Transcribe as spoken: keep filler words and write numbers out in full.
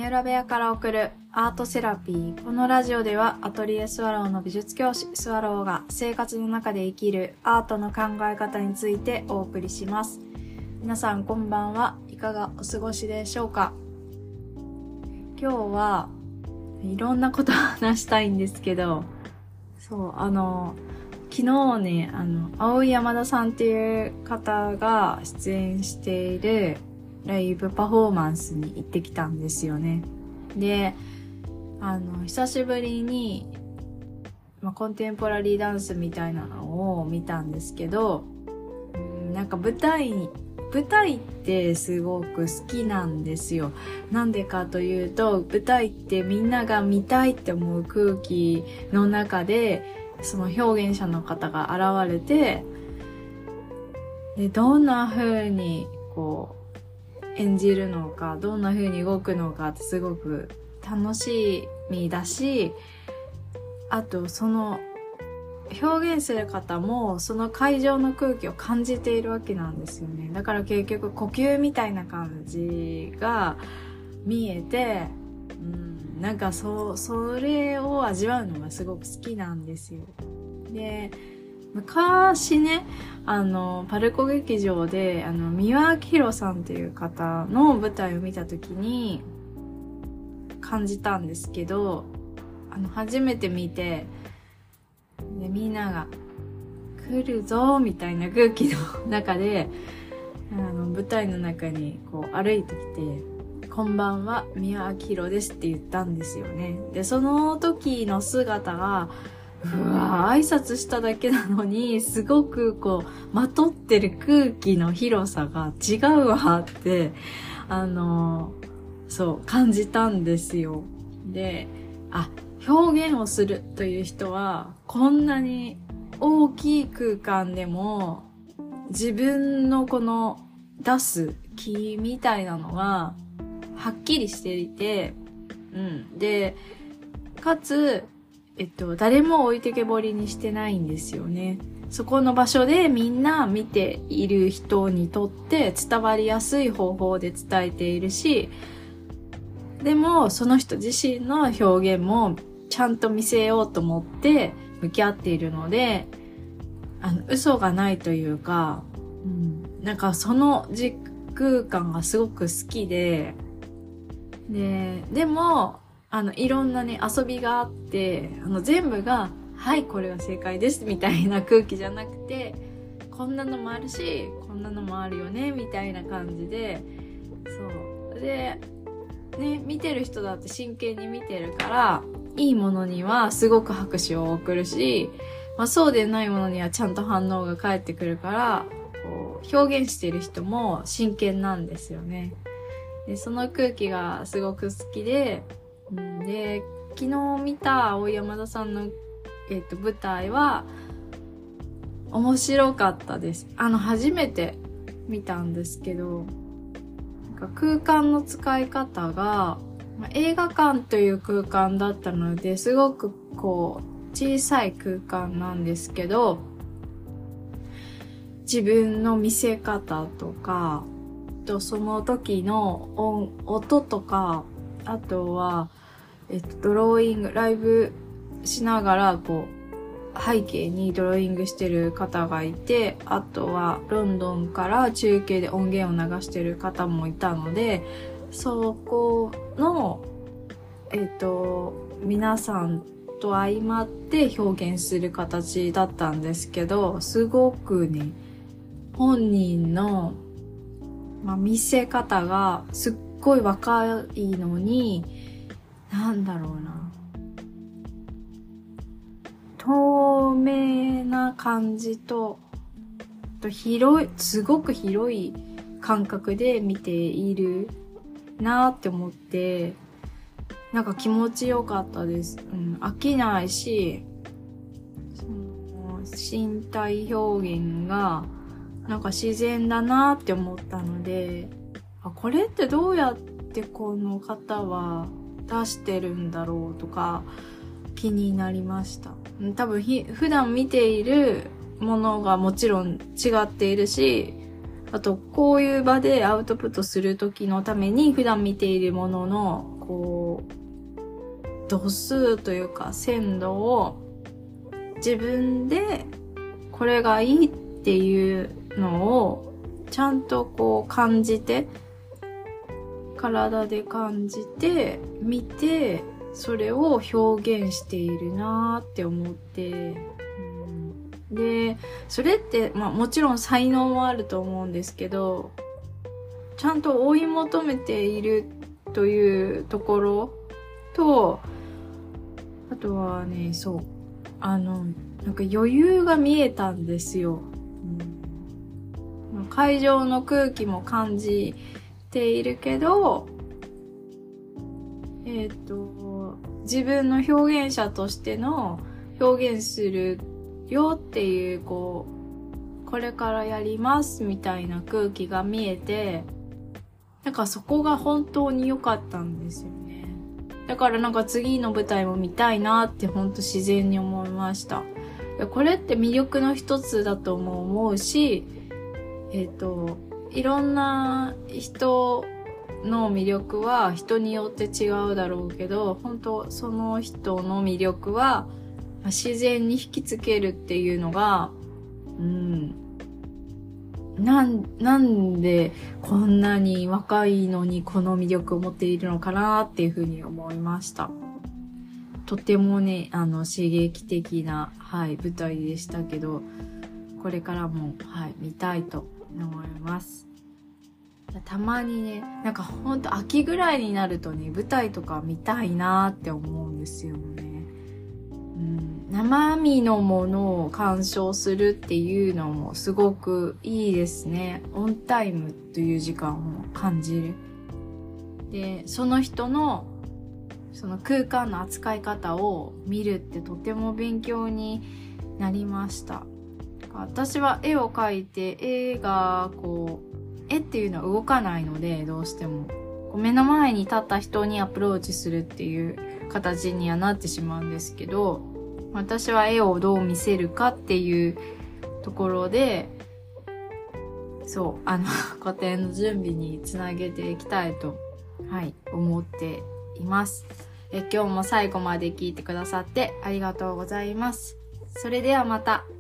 三浦部屋から送るアートセラピー。このラジオではアトリエスワローの美術教師スワローが生活の中で生きるアートの考え方についてお送りします。皆さんこんばんは。いかがお過ごしでしょうか。今日はいろんなことを話したいんですけど、そうあの昨日ねあの青井山田さんっていう方が出演しているライブパフォーマンスに行ってきたんですよね。で、あの久しぶりに、まあ、コンテンポラリーダンスみたいなのを見たんですけど、うん、なんか舞台に舞台ってすごく好きなんですよ。なんでかというと、舞台ってみんなが見たいって思う空気の中でその表現者の方が現れて、でどんな風にこう演じるのか、どんな風に動くのかってすごく楽しみだし、あとその表現する方もその会場の空気を感じているわけなんですよね。だから結局呼吸みたいな感じが見えて、うん、なんかそそれを味わうのがすごく好きなんですよ。で、昔ね、あのパルコ劇場であの三輪明宏さんっていう方の舞台を見た時に感じたんですけど、あの初めて見て、でみんなが来るぞみたいな空気の中であの舞台の中にこう歩いてきて、こんばんは三輪明宏ですって言ったんですよね。でその時の姿が、うわ挨拶しただけなのにすごくこうまとってる空気の広さが違うわってあのそう感じたんですよ。で、あ、表現をするという人はこんなに大きい空間でも自分のこの出す気みたいなのがはっきりしていて、うん、でかつえっと、誰も置いてけぼりにしてないんですよね。そこの場所でみんな見ている人にとって伝わりやすい方法で伝えているし、でもその人自身の表現もちゃんと見せようと思って向き合っているので、あの嘘がないというか、うん、なんかその時空間がすごく好きで、で、でもあのいろんなね遊びがあって、あの全部がはいこれが正解ですみたいな空気じゃなくて、こんなのもあるしこんなのもあるよねみたいな感じで、そうでね、見てる人だって真剣に見てるから、いいものにはすごく拍手を送るし、まあ、そうでないものにはちゃんと反応が返ってくるから、こう表現してる人も真剣なんですよね。でその空気がすごく好きで、で昨日見た青山田さんの、えー、と舞台は面白かったです。あの初めて見たんですけど、なんか空間の使い方が、まあ、映画館という空間だったのですごくこう小さい空間なんですけど、自分の見せ方とかとその時の音、音とか、あとは、えっと、ドローイング、ライブしながら、こう、背景にドローイングしてる方がいて、あとは、ロンドンから中継で音源を流してる方もいたので、そこの、えっと、皆さんと相まって表現する形だったんですけど、すごくね、本人の、まあ、見せ方がすっごい若いのに、なんだろうな、透明な感じと、と広い、すごく広い感覚で見ているなって思って、なんか気持ちよかったです。うん、飽きないし、その身体表現がなんか自然だなって思ったので、あ、これってどうやってこの方は出してるんだろうとか気になりました。多分ひ普段見ているものがもちろん違っているし、あとこういう場でアウトプットする時のために普段見ているもののこ度数というか鮮度を自分でこれがいいっていうのをちゃんとこう感じて、体で感じて見て、それを表現しているなーって思って、うん、でそれってまあもちろん才能もあると思うんですけど、ちゃんと追い求めているというところと、あとはね、そうあのなんか余裕が見えたんですよ、うん、会場の空気も感じているけど、えっと自分の表現者としての表現するよっていう、こうこれからやりますみたいな空気が見えて、なんかそこが本当に良かったんですよね。だからなんか次の舞台も見たいなって本当自然に思いました。これって魅力の一つだとも思うし、えっといろんな人の魅力は人によって違うだろうけど、本当その人の魅力は自然に引きつけるっていうのが、うん、なんなんでこんなに若いのにこの魅力を持っているのかなっていうふうに思いました。とてもね、あの刺激的な、はい、舞台でしたけど、これからも、はい、見たいと思います。たまにね、なんかほんと秋ぐらいになるとね、舞台とか見たいなって思うんですよね。うん、生身のものを鑑賞するっていうのもすごくいいですね。オンタイムという時間を感じる。で、その人のその空間の扱い方を見るってとても勉強になりました。私は絵を描いて、絵がこう絵っていうのは動かないので、どうしても目の前に立った人にアプローチするっていう形にはなってしまうんですけど、私は絵をどう見せるかっていうところで、そうあの個展の準備につなげていきたいと、はい、思っています。え今日も最後まで聞いてくださってありがとうございます。それではまた。